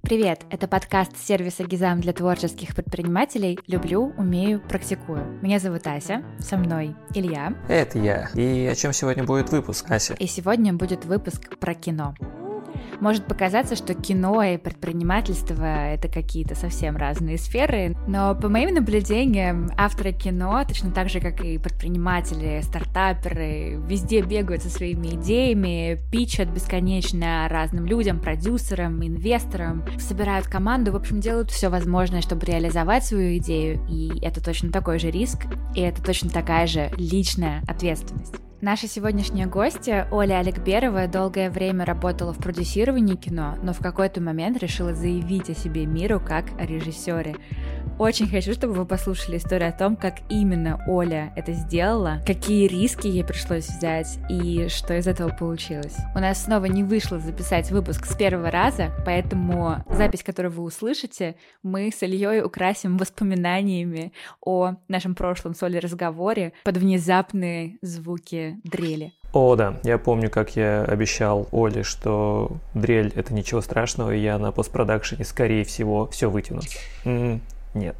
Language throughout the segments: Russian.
Привет! Это подкаст сервиса Гизам для творческих предпринимателей «Люблю, умею, практикую». Меня зовут Ася, со мной Илья. Это я. И о чем сегодня будет выпуск, Ася? И сегодня будет выпуск про кино. Может показаться, что кино и предпринимательство — это какие-то совсем разные сферы, но по моим наблюдениям, авторы кино, точно так же, как и предприниматели, стартаперы, везде бегают со своими идеями, питчат бесконечно разным людям, продюсерам, инвесторам, собирают команду, в общем, делают все возможное, чтобы реализовать свою идею, и это точно такой же риск, и это точно такая же личная ответственность. Наша сегодняшняя гостья, Оля Аликберова, долгое время работала в продюсировании кино, но в какой-то момент решила заявить о себе миру как о режиссере. Очень хочу, чтобы вы послушали историю о том, как именно Оля это сделала, какие риски ей пришлось взять и что из этого получилось. У нас снова не вышло записать выпуск с первого раза, поэтому запись, которую вы услышите, мы с Ильей украсим воспоминаниями о нашем прошлом с Олей разговоре под внезапные звуки дрели. О, да, я помню, как я обещал Оле, что дрель — это ничего страшного, и я на постпродакшене, скорее всего, все вытяну. Нет.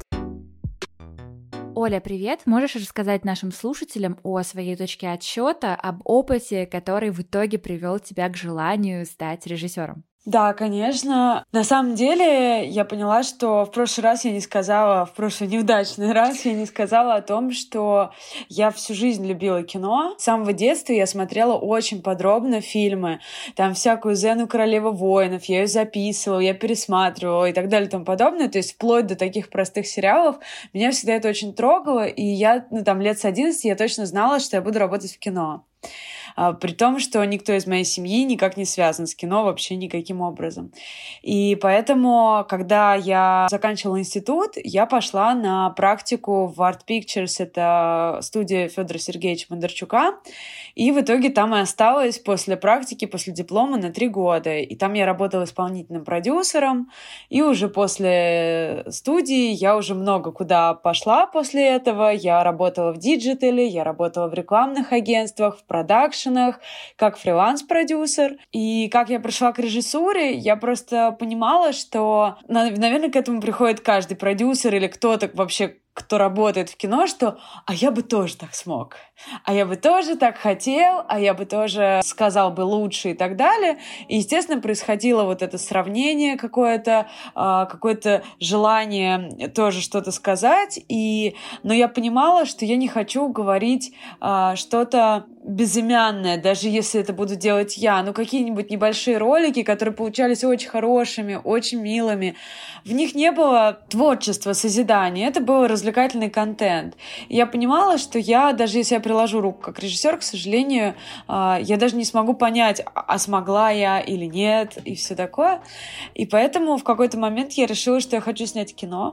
Оля, привет! Можешь рассказать нашим слушателям о своей точке отсчета, об опыте, который в итоге привел тебя к желанию стать режиссером? Да, конечно. На самом деле, я поняла, что в прошлый неудачный раз я не сказала о том, что я всю жизнь любила кино. С самого детства я смотрела очень подробно фильмы, там всякую «Зену Королеву воинов», я ее записывала, я пересматривала и так далее и тому подобное. То есть вплоть до таких простых сериалов меня всегда это очень трогало, и я, лет с 11 я точно знала, что я буду работать в кино. При том, что никто из моей семьи никак не связан с кино вообще никаким образом. И поэтому, когда я заканчивала институт, я пошла на практику в Art Pictures, это студия Федора Сергеевича Бондарчука, и в итоге там и осталась после практики, после диплома на 3 года. И там я работала исполнительным продюсером, и уже после студии я уже много куда пошла после этого. Я работала в диджитале, я работала в рекламных агентствах, в продакшенах, как фриланс-продюсер. И как я пришла к режиссуре, я просто понимала, что, наверное, к этому приходит каждый продюсер или кто-то вообще, кто работает в кино, что «а я бы тоже так смог», «а я бы тоже так хотел», «а я бы тоже сказал бы лучше» и так далее. И, естественно, происходило вот это сравнение какое-то желание тоже что-то сказать. Но я понимала, что я не хочу говорить что-то безымянное, даже если это буду делать я. Какие-нибудь небольшие ролики, которые получались очень хорошими, очень милыми. В них не было творчества, созидания. Это был развлекательный контент. И я понимала, что даже если я приложу руку как режиссер, к сожалению, я даже не смогу понять, а смогла я или нет, и все такое. И поэтому в какой-то момент я решила, что я хочу снять кино.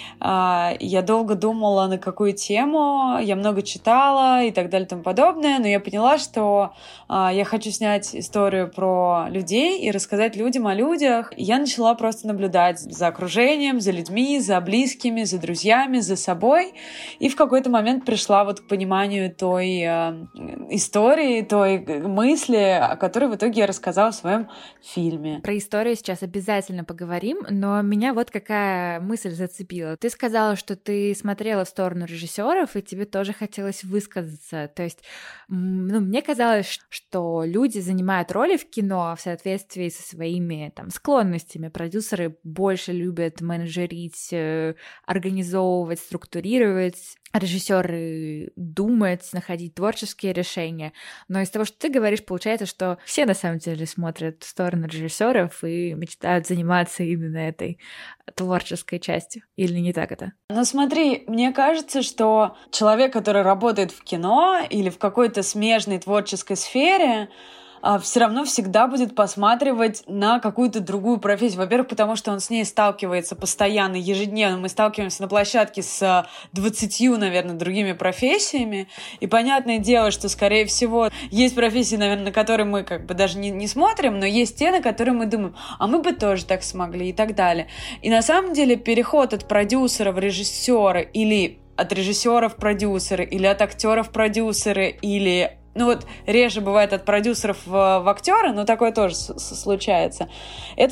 Я долго думала, на какую тему, я много читала и так далее и тому подобное, но я поняла, что я хочу снять историю про людей и рассказать людям о людях. И я начала просто наблюдать за окружением, за людьми, за близкими, за друзьями, за собой. И в какой-то момент пришла к пониманию той истории, той мысли, о которой в итоге я рассказала в своем фильме. Про историю сейчас обязательно поговорим, но меня вот какая мысль зацепила. Ты сказала, что ты смотрела в сторону режиссеров, и тебе тоже хотелось высказаться. То есть, мне казалось, что люди занимают роли в кино в соответствии со своими склонностями. Продюсеры больше любят менеджерить, организовывать, структурировать, режиссеры думать, находить творческие решения. Но из того, что ты говоришь, получается, что все на самом деле смотрят в сторону режиссеров и мечтают заниматься именно этой творческой частью. Или не так это? Смотри, мне кажется, что человек, который работает в кино или в какой-то смежной творческой сфере, все равно всегда будет посматривать на какую-то другую профессию. Во-первых, потому что он с ней сталкивается постоянно, ежедневно. Мы сталкиваемся на площадке с 20, наверное, другими профессиями. И понятное дело, что, скорее всего, есть профессии, наверное, на которые мы даже не смотрим, но есть те, на которые мы думаем, а мы бы тоже так смогли и так далее. И на самом деле переход от продюсера в режиссера или от режиссера в продюсеры, или от актера в продюсеры, или реже бывает от продюсеров в актеры, но такое тоже случается. Это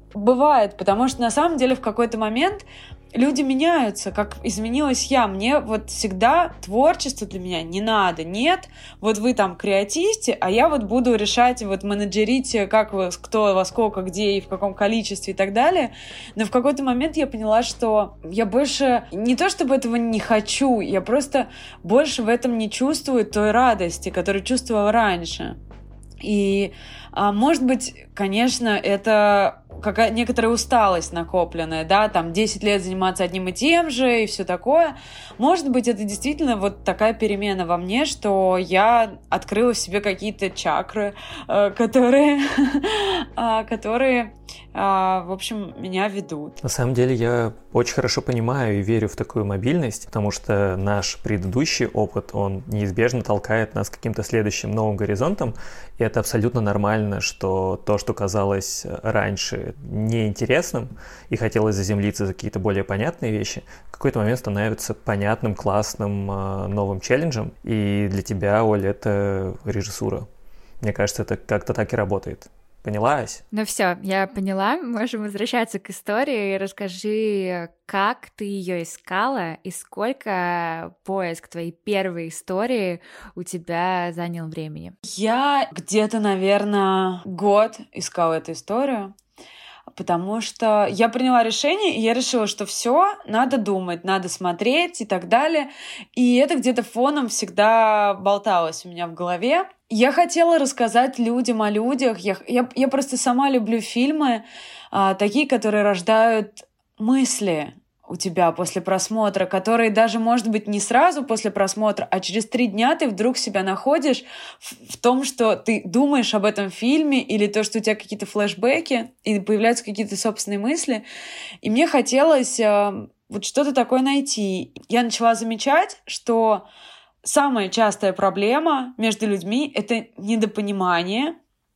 бывает, потому что на самом деле в какой-то момент люди меняются, как изменилась я. Мне вот всегда творчество для меня не надо. Нет, вот вы там креативьте, а я вот буду решать, вот менеджерить, как вы, кто во сколько, где и в каком количестве и так далее. Но в какой-то момент я поняла, что я больше не то чтобы этого не хочу, я просто больше в этом не чувствую той радости, которую чувствовала раньше. И, может быть, конечно, это какая некоторая усталость накопленная, да, там 10 лет заниматься одним и тем же и все такое. Может быть, это действительно вот такая перемена во мне, что я открыла в себе какие-то чакры, которые, в общем, меня ведут. На самом деле я очень хорошо понимаю и верю в такую мобильность, потому что наш предыдущий опыт, он неизбежно толкает нас к каким-то следующим новым горизонтам, и это абсолютно нормально, что то, что казалось раньше неинтересным и хотелось заземлиться за какие-то более понятные вещи, в какой-то момент становится понятным, классным, новым челленджем, и для тебя, Оля, это режиссура. Мне кажется, это как-то так и работает. Понялась? Ну все, я поняла. Можем возвращаться к истории. Расскажи, как ты ее искала и сколько поиск твоей первой истории у тебя занял времени? Я где-то, наверное, год искала эту историю, потому что я приняла решение, и я решила, что все, надо думать, надо смотреть и так далее. И это где-то фоном всегда болталось у меня в голове. Я хотела рассказать людям о людях. Я просто сама люблю фильмы, такие, которые рождают мысли у тебя после просмотра, которые даже, может быть, не сразу после просмотра, а через 3 дня ты вдруг себя находишь в том, что ты думаешь об этом фильме, или то, что у тебя какие-то флешбеки, и появляются какие-то собственные мысли. И мне хотелось вот что-то такое найти. Я начала замечать, что самая частая проблема между людьми — это недопонимание,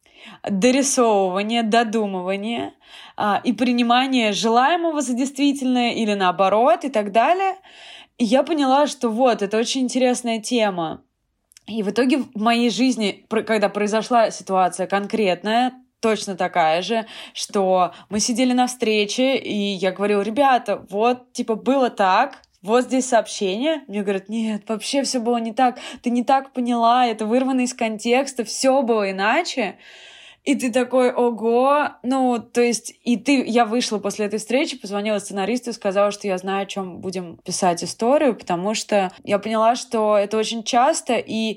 дорисовывание, додумывание и принимание желаемого за действительное или наоборот и так далее. И я поняла, что вот, это очень интересная тема. И в итоге в моей жизни, когда произошла ситуация конкретная, точно такая же, что мы сидели на встрече, и я говорила: ребята, вот, типа, было так, вот здесь сообщение. Мне говорят: нет, вообще все было не так, ты не так поняла, это вырвано из контекста, все было иначе. И ты такой: ого, ну, то есть, я вышла после этой встречи, позвонила сценаристу и сказала, что я знаю, о чем будем писать историю, потому что я поняла, что это очень часто, и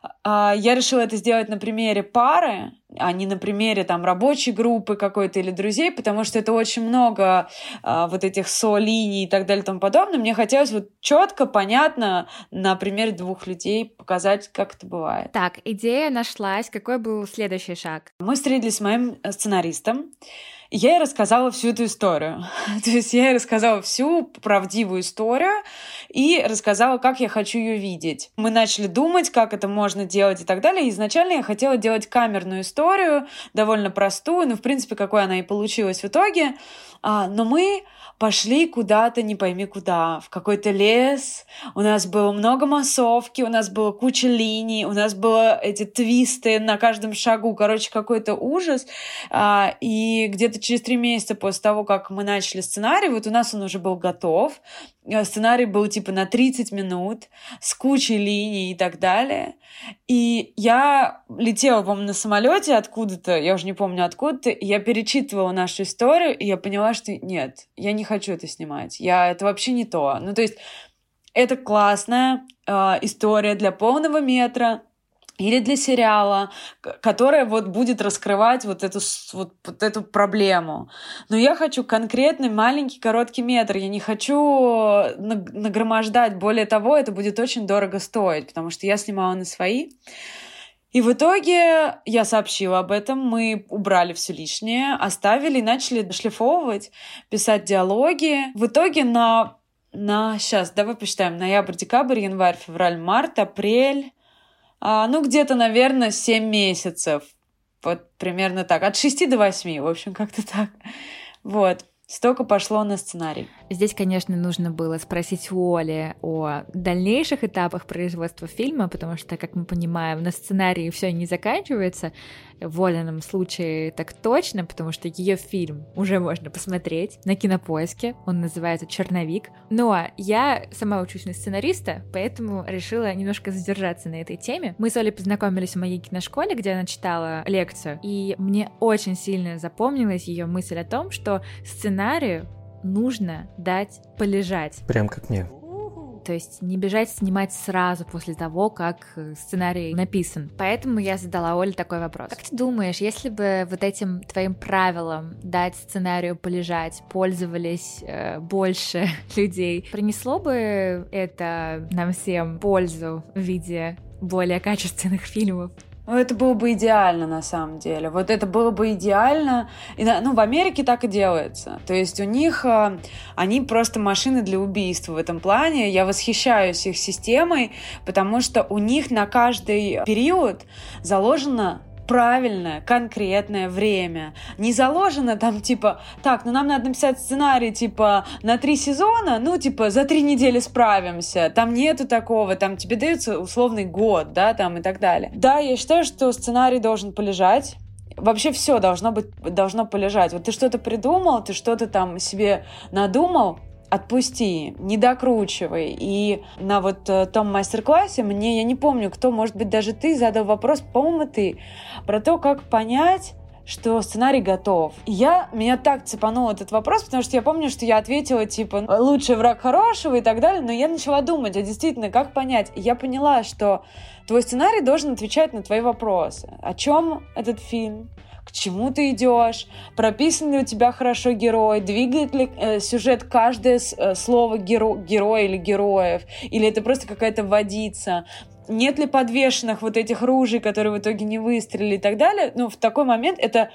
я решила это сделать на примере пары, а не на примере там рабочей группы какой-то или друзей, потому что это очень много вот этих со-линий и так далее и тому подобное. Мне хотелось вот четко, понятно на примере 2 людей показать, как это бывает. Так, идея нашлась. Какой был следующий шаг? Мы встретились с моим сценаристом, и я ей рассказала всю эту историю. То есть я ей рассказала всю правдивую историю и рассказала, как я хочу ее видеть. Мы начали думать, как это можно делать и так далее. И изначально я хотела делать камерную историю, довольно простую, но, в принципе, какой она и получилась в итоге. Но мы пошли куда-то, не пойми куда, в какой-то лес. У нас было много массовки, у нас было куча линий, у нас было эти твисты на каждом шагу. Короче, какой-то ужас. И где-то через 3 месяца после того, как мы начали сценарий, вот у нас он уже был готов. Сценарий был типа на 30 минут, с кучей линий и так далее. И я летела, по-моему, на самолете откуда-то, я уже не помню откуда-то, и я перечитывала нашу историю, и я поняла, что нет, я не хочу это снимать. Это вообще не то. Ну, то есть это классная история для полного метра, или для сериала, которая вот будет раскрывать вот эту проблему. Но я хочу конкретный маленький короткий метр. Я не хочу нагромождать. Более того, это будет очень дорого стоить, потому что я снимала на свои. И в итоге я сообщила об этом, мы убрали все лишнее, оставили и начали шлифовывать, писать диалоги. В итоге сейчас, давай посчитаем, ноябрь, декабрь, январь, февраль, март, апрель... где-то, наверное, 7 месяцев. Вот примерно так. От 6 до 8, в общем, как-то так. Вот. столько пошло на сценарий. Здесь, конечно, нужно было спросить у Оли о дальнейших этапах производства фильма, потому что, как мы понимаем, на сценарии все не заканчивается. В Олином случае так точно, потому что ее фильм уже можно посмотреть на Кинопоиске. Он называется «Черновик». Но я сама учусь на сценариста, поэтому решила немножко задержаться на этой теме. Мы с Олей познакомились в моей киношколе, где она читала лекцию, и мне очень сильно запомнилась ее мысль о том, что сценарию нужно дать полежать. Прям как мне. То есть не бежать снимать сразу после того, как сценарий написан. Поэтому я задала Оле такой вопрос. Как ты думаешь, если бы вот этим твоим правилом дать сценарию полежать пользовались больше людей, принесло бы это нам всем пользу в виде более качественных фильмов? Ну, это было бы идеально, на самом деле. Вот это было бы идеально. И, в Америке так и делается. То есть у них они просто машины для убийства в этом плане. Я восхищаюсь их системой, потому что у них на каждый период заложено правильное, конкретное время. Не заложено там, так, нам надо написать сценарий, на 3 сезона, за 3 недели справимся. Там нету такого, там тебе дается условный год, да, там и так далее. Да, я считаю, что сценарий должен полежать. Вообще все должно полежать. Вот ты что-то придумал, ты что-то там себе надумал, отпусти, не докручивай. И на том мастер-классе я не помню, кто, может быть, даже ты задал вопрос, по-моему, ты, про то, как понять, что сценарий готов. И меня так цепанул этот вопрос, потому что я помню, что я ответила, лучший враг хорошего и так далее, но я начала думать, а действительно, как понять? И я поняла, что твой сценарий должен отвечать на твои вопросы. О чем этот фильм? К чему ты идешь, прописан ли у тебя хорошо герой, двигает ли сюжет каждое слово героя или героев, или это просто какая-то водица, нет ли подвешенных этих ружей, которые в итоге не выстрелили и так далее. В такой момент это,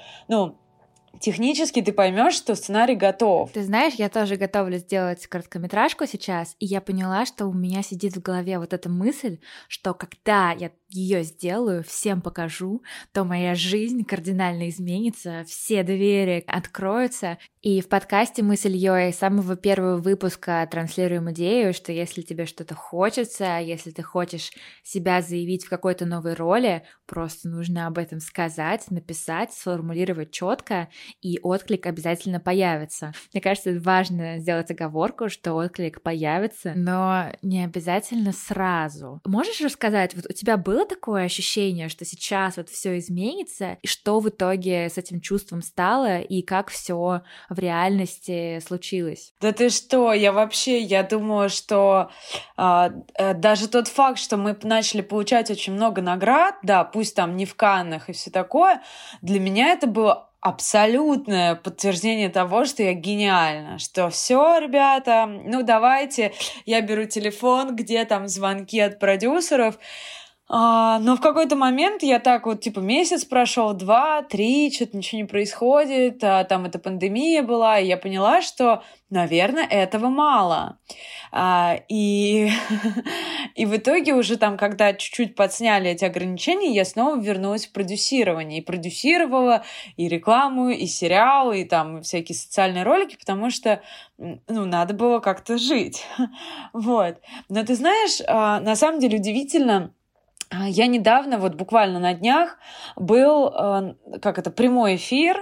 технически ты поймешь, что сценарий готов. Ты знаешь, я тоже готовлюсь сделать короткометражку сейчас, и я поняла, что у меня сидит в голове эта мысль, что когда я ее сделаю, всем покажу, то моя жизнь кардинально изменится, все двери откроются. И в подкасте мы с Ильей с самого первого выпуска транслируем идею, что если тебе что-то хочется, если ты хочешь себя заявить в какой-то новой роли, просто нужно об этом сказать, написать, сформулировать четко, и отклик обязательно появится. Мне кажется, важно сделать оговорку, что отклик появится, но не обязательно сразу. Можешь рассказать, у тебя было такое ощущение, что сейчас все изменится, и что в итоге с этим чувством стало, и как все в реальности случилось? Да ты что, я думаю, что даже тот факт, что мы начали получать очень много наград, да, пусть там не в Каннах и все такое, для меня это было абсолютное подтверждение того, что я гениальна, что все, ребята, давайте, я беру телефон, где там звонки от продюсеров. Но в какой-то момент я так месяц прошел, 2, 3, что-то ничего не происходит, там эта пандемия была, и я поняла, что, наверное, этого мало. И в итоге уже когда чуть-чуть подсняли эти ограничения, я снова вернулась в продюсирование. И продюсировала и рекламу, и сериалы, и там всякие социальные ролики, потому что, надо было как-то жить. Вот. Но ты знаешь, на самом деле удивительно, я недавно, буквально на днях, был, прямой эфир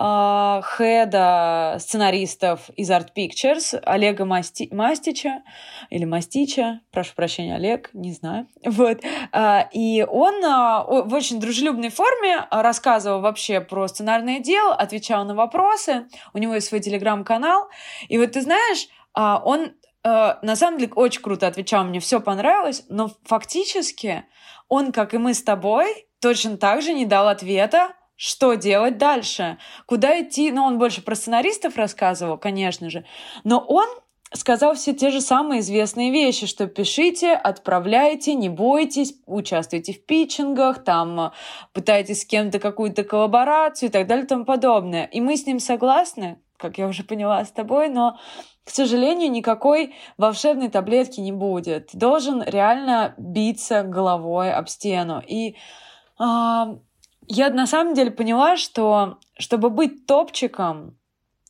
хеда сценаристов из Art Pictures Олега Мастича, или Мастича, прошу прощения, Олег, не знаю. И он в очень дружелюбной форме рассказывал вообще про сценарное дело, отвечал на вопросы, у него есть свой телеграм-канал, и ты знаешь, он на самом деле очень круто отвечал, мне все понравилось, но фактически он, как и мы с тобой, точно так же не дал ответа, что делать дальше, куда идти. Он больше про сценаристов рассказывал, конечно же, но он сказал все те же самые известные вещи, что пишите, отправляйте, не бойтесь, участвуйте в питчингах, там пытайтесь с кем-то какую-то коллаборацию и так далее и тому подобное. И мы с ним согласны, как я уже поняла с тобой, но, к сожалению, никакой волшебной таблетки не будет. Ты должен реально биться головой об стену. И я на самом деле поняла, что чтобы быть топчиком,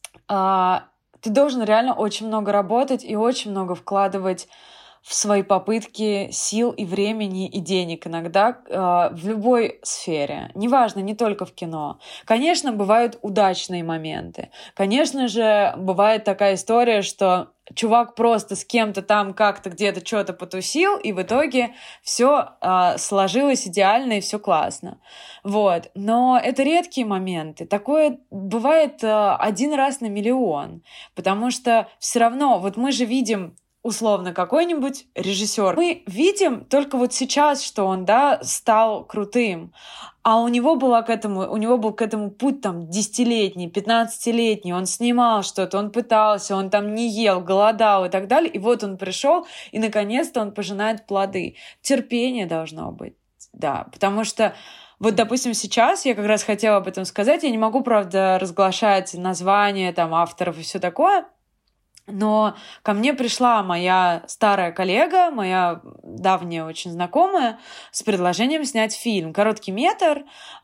ты должен реально очень много работать и очень много вкладывать в свои попытки сил и времени, и денег иногда в любой сфере. Неважно, не только в кино. Конечно, бывают удачные моменты. Конечно же, бывает такая история, что чувак просто с кем-то там как-то где-то что-то потусил, и в итоге все сложилось идеально, и все классно. Вот. Но это редкие моменты. Такое бывает один раз на миллион. Потому что все равно, вот мы же видим условно какой-нибудь режиссер. Мы видим только вот сейчас, что он, да, стал крутым, а у него был к этому путь там 10-летний, 15-летний, он снимал что-то, он пытался, он там не ел, голодал и так далее, и вот он пришел, и наконец-то он пожинает плоды. Терпение должно быть, да, потому что вот, допустим, сейчас я как раз хотела об этом сказать, я не могу, правда, разглашать названия там авторов и все такое, но ко мне пришла моя старая коллега, моя давняя очень знакомая, с предложением снять фильм, короткий метр.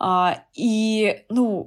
И,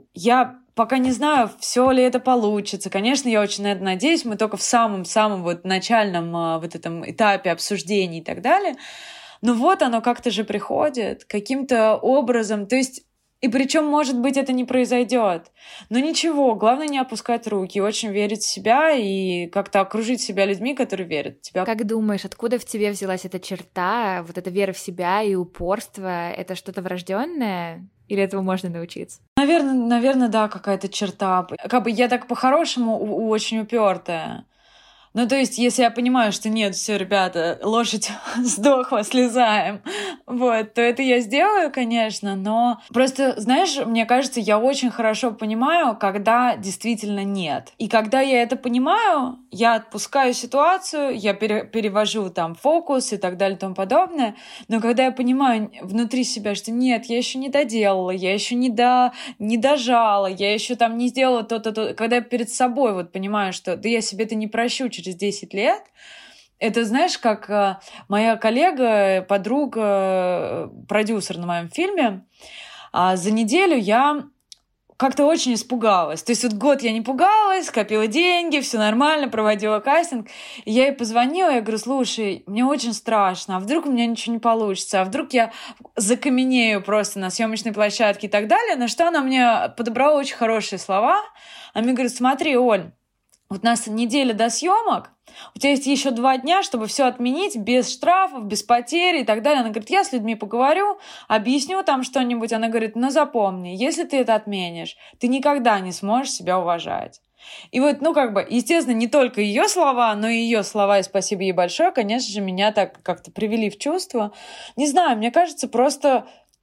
я пока не знаю, все ли это получится. Конечно, я очень на это надеюсь. Мы только в самом-самом вот начальном вот этом этапе обсуждений и так далее. Но вот оно как-то же приходит каким-то образом. То есть и причем, может быть, это не произойдет. Но ничего, главное не опускать руки, очень верить в себя и как-то окружить себя людьми, которые верят в тебя. Как думаешь, откуда в тебе взялась эта черта, вот эта вера в себя и упорство? Это что-то врожденное? Или этому можно научиться? Наверное, да, какая-то черта. Как бы я так по-хорошему очень упертая. Ну, то есть, если я понимаю, что нет, все, ребята, лошадь сдохла, слезаем, вот, то это я сделаю, конечно, но просто, знаешь, мне кажется, я очень хорошо понимаю, когда действительно нет. И когда я это понимаю, я отпускаю ситуацию, я перевожу там фокус и так далее и тому подобное, но когда я понимаю внутри себя, что нет, я еще не доделала, я еще не дожала, я еще там не сделала то-то, когда я перед собой вот понимаю, что да я себе это не прощу через 10 лет, это, знаешь, как моя коллега, подруга, продюсер на моем фильме, за неделю я как-то очень испугалась. То есть вот год я не пугалась, копила деньги, все нормально, проводила кастинг. И я ей позвонила, я говорю, слушай, мне очень страшно, а вдруг у меня ничего не получится, а вдруг я закаменею просто на съемочной площадке и так далее. На что она мне подобрала очень хорошие слова. Она мне говорит, смотри, Оль, вот у нас неделя до съемок, у тебя есть еще 2 дня, чтобы все отменить без штрафов, без потерь и так далее. Она говорит, я с людьми поговорю, объясню там что-нибудь. Она говорит, но запомни, если ты это отменишь, ты никогда не сможешь себя уважать. И вот, естественно, не только ее слова, но и ее слова, и спасибо ей большое, конечно же, меня так как-то привели в чувство. Не знаю, мне кажется, просто...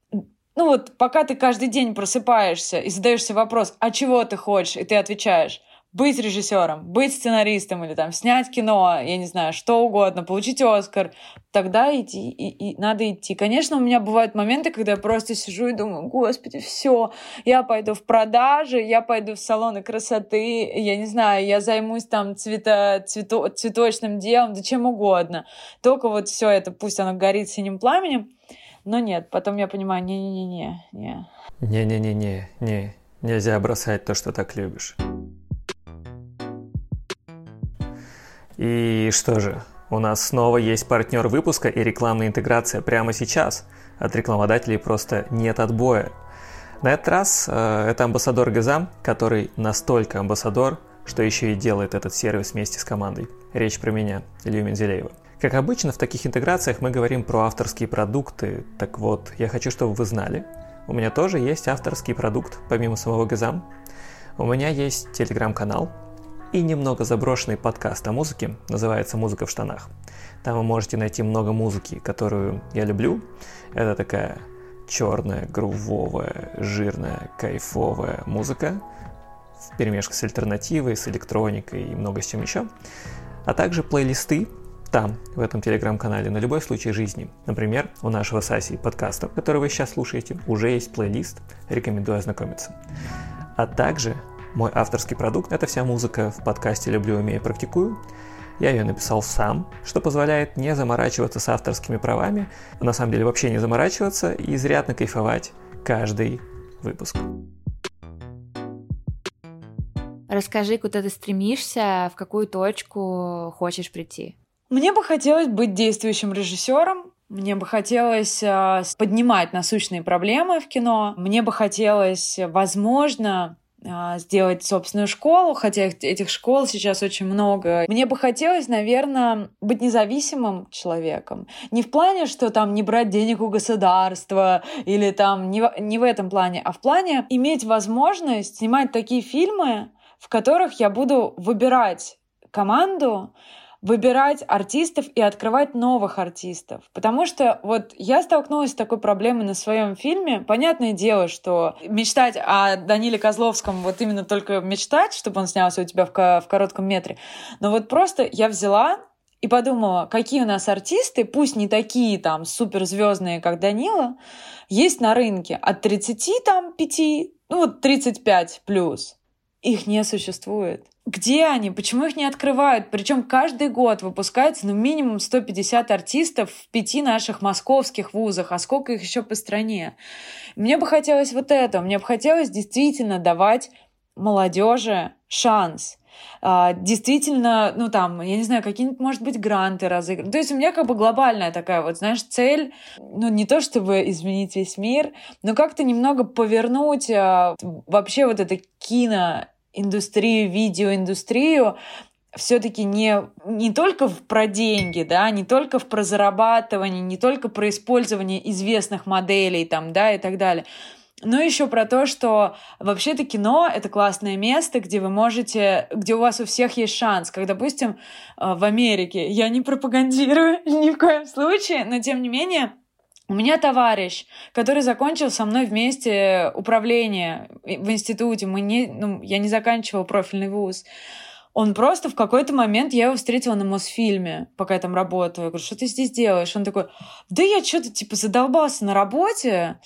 пока ты каждый день просыпаешься и задаешься вопрос, а чего ты хочешь, и ты отвечаешь, быть режиссером, быть сценаристом или там снять кино, я не знаю, что угодно, получить Оскар, тогда идти, и надо идти. Конечно, у меня бывают моменты, когда я просто сижу и думаю, господи, все, я пойду в продажи, я пойду в салоны красоты, я не знаю, я займусь там цветочным делом, да чем угодно. Только вот все это, пусть оно горит синим пламенем, но нет, потом я понимаю, не. Нельзя бросать то, что так любишь. И что же, у нас снова есть партнер выпуска и рекламная интеграция прямо сейчас. От рекламодателей просто нет отбоя. На этот раз это амбассадор Газам, который настолько амбассадор, что еще и делает этот сервис вместе с командой. Речь про меня, Илью Мензелеева. Как обычно, в таких интеграциях мы говорим про авторские продукты. Так вот, я хочу, чтобы вы знали, у меня тоже есть авторский продукт, помимо самого Газам. У меня есть телеграм-канал и немного заброшенный подкаст о музыке, называется «Музыка в штанах». Там вы можете найти много музыки, которую я люблю. Это такая черная, грувовая, жирная, кайфовая музыка вперемешку с альтернативой, с электроникой и много с чем еще. А также плейлисты там, в этом телеграм-канале, на любой случай жизни. Например, у нашего с Асей подкаста, который вы сейчас слушаете, уже есть плейлист, рекомендую ознакомиться. А также мой авторский продукт – это вся музыка в подкасте «Люблю, умею, практикую». Я ее написал сам, что позволяет не заморачиваться с авторскими правами, на самом деле вообще не заморачиваться и изрядно кайфовать каждый выпуск. Расскажи, куда ты стремишься, в какую точку хочешь прийти. Мне бы хотелось быть действующим режиссером. Мне бы хотелось поднимать насущные проблемы в кино. Мне бы хотелось, возможно, сделать собственную школу, хотя этих школ сейчас очень много. Мне бы хотелось, наверное, быть независимым человеком. Не в плане, что там не брать денег у государства или там не в этом плане, а в плане иметь возможность снимать такие фильмы, в которых я буду выбирать команду, выбирать артистов и открывать новых артистов. Потому что вот я столкнулась с такой проблемой на своем фильме. Понятное дело, что мечтать о Даниле Козловском, вот именно только мечтать, чтобы он снялся у тебя в коротком метре. Но вот просто я взяла и подумала, какие у нас артисты, пусть не такие там суперзвездные, как Данила, есть на рынке от 35, 35 плюс. Их не существует. Где они? Почему их не открывают? Причем каждый год выпускается минимум 150 артистов в 5 наших московских вузах. А сколько их еще по стране? Мне бы хотелось вот это. Мне бы хотелось действительно давать молодежи шанс. Действительно, я не знаю, какие-нибудь, может быть, гранты разыграны. То есть у меня как бы глобальная такая вот, знаешь, цель, не то чтобы изменить весь мир, но как-то немного повернуть вообще вот это киноиндустрию, видеоиндустрию все-таки не только про деньги, да, не только про зарабатывание, не только про использование известных моделей там, да, и так далее, но еще про то, что вообще-то кино — это классное место, где вы можете, где у вас у всех есть шанс. Как, допустим, в Америке. Я не пропагандирую ни в коем случае, но тем не менее у меня товарищ, который закончил со мной вместе управление в институте. Я не заканчивала профильный вуз. Он просто в какой-то момент, я его встретила на Мосфильме, пока я там работала. Я говорю, что ты здесь делаешь? Он такой, да я что-то задолбался на работе.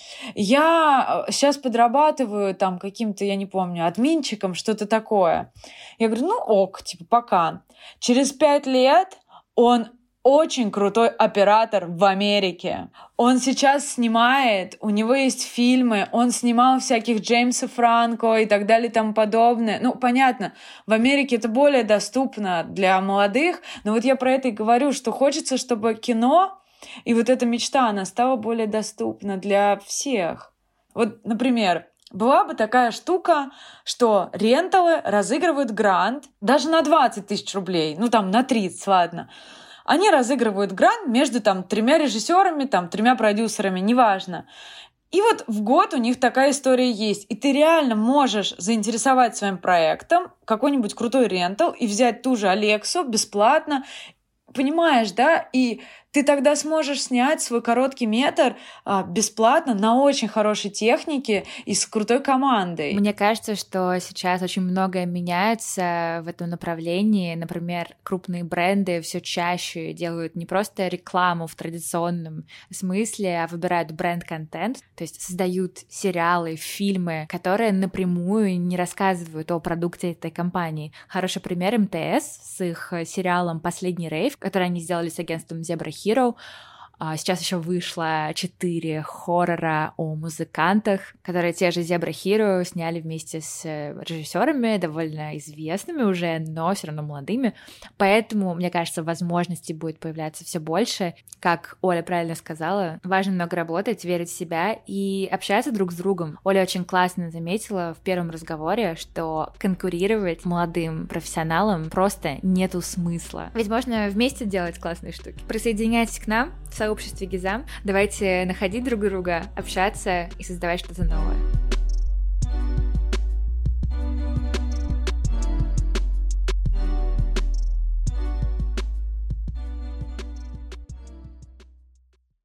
Я сейчас подрабатываю там каким-то, я не помню, админчиком, что-то такое. Я говорю, ок, пока. Через 5 лет он очень крутой оператор в Америке. Он сейчас снимает, у него есть фильмы, он снимал всяких Джеймса Франко и так далее и тому подобное. Понятно, в Америке это более доступно для молодых, но вот я про это и говорю, что хочется, чтобы кино и вот эта мечта, она стала более доступна для всех. Вот, например, была бы такая штука, что ренталы разыгрывают грант даже на 20 тысяч рублей, на 30, ладно. Они разыгрывают грант между 3 режиссерами, 3 продюсерами, неважно. И вот в год у них такая история есть. И ты реально можешь заинтересовать своим проектом какой-нибудь крутой рентал и взять ту же Алексу бесплатно. Понимаешь, да? И ты тогда сможешь снять свой короткий метр бесплатно на очень хорошей технике и с крутой командой. Мне кажется, что сейчас очень многое меняется в этом направлении. Например, крупные бренды все чаще делают не просто рекламу в традиционном смысле, а выбирают бренд-контент, то есть создают сериалы, фильмы, которые напрямую не рассказывают о продукте этой компании. Хороший пример МТС с их сериалом «Последний рейв», который они сделали с агентством Zebra Hero. Сейчас еще вышло 4 хоррора о музыкантах, которые те же Zebra Hero сняли вместе с режиссерами, довольно известными уже, но все равно молодыми. Поэтому, мне кажется, возможностей будет появляться все больше. Как Оля правильно сказала, важно много работать, верить в себя и общаться друг с другом. Оля очень классно заметила в первом разговоре, что конкурировать молодым профессионалам просто нету смысла. Ведь можно вместе делать классные штуки. Присоединяйтесь к нам в сообществе Гизам. Давайте находить друг друга, общаться и создавать что-то новое.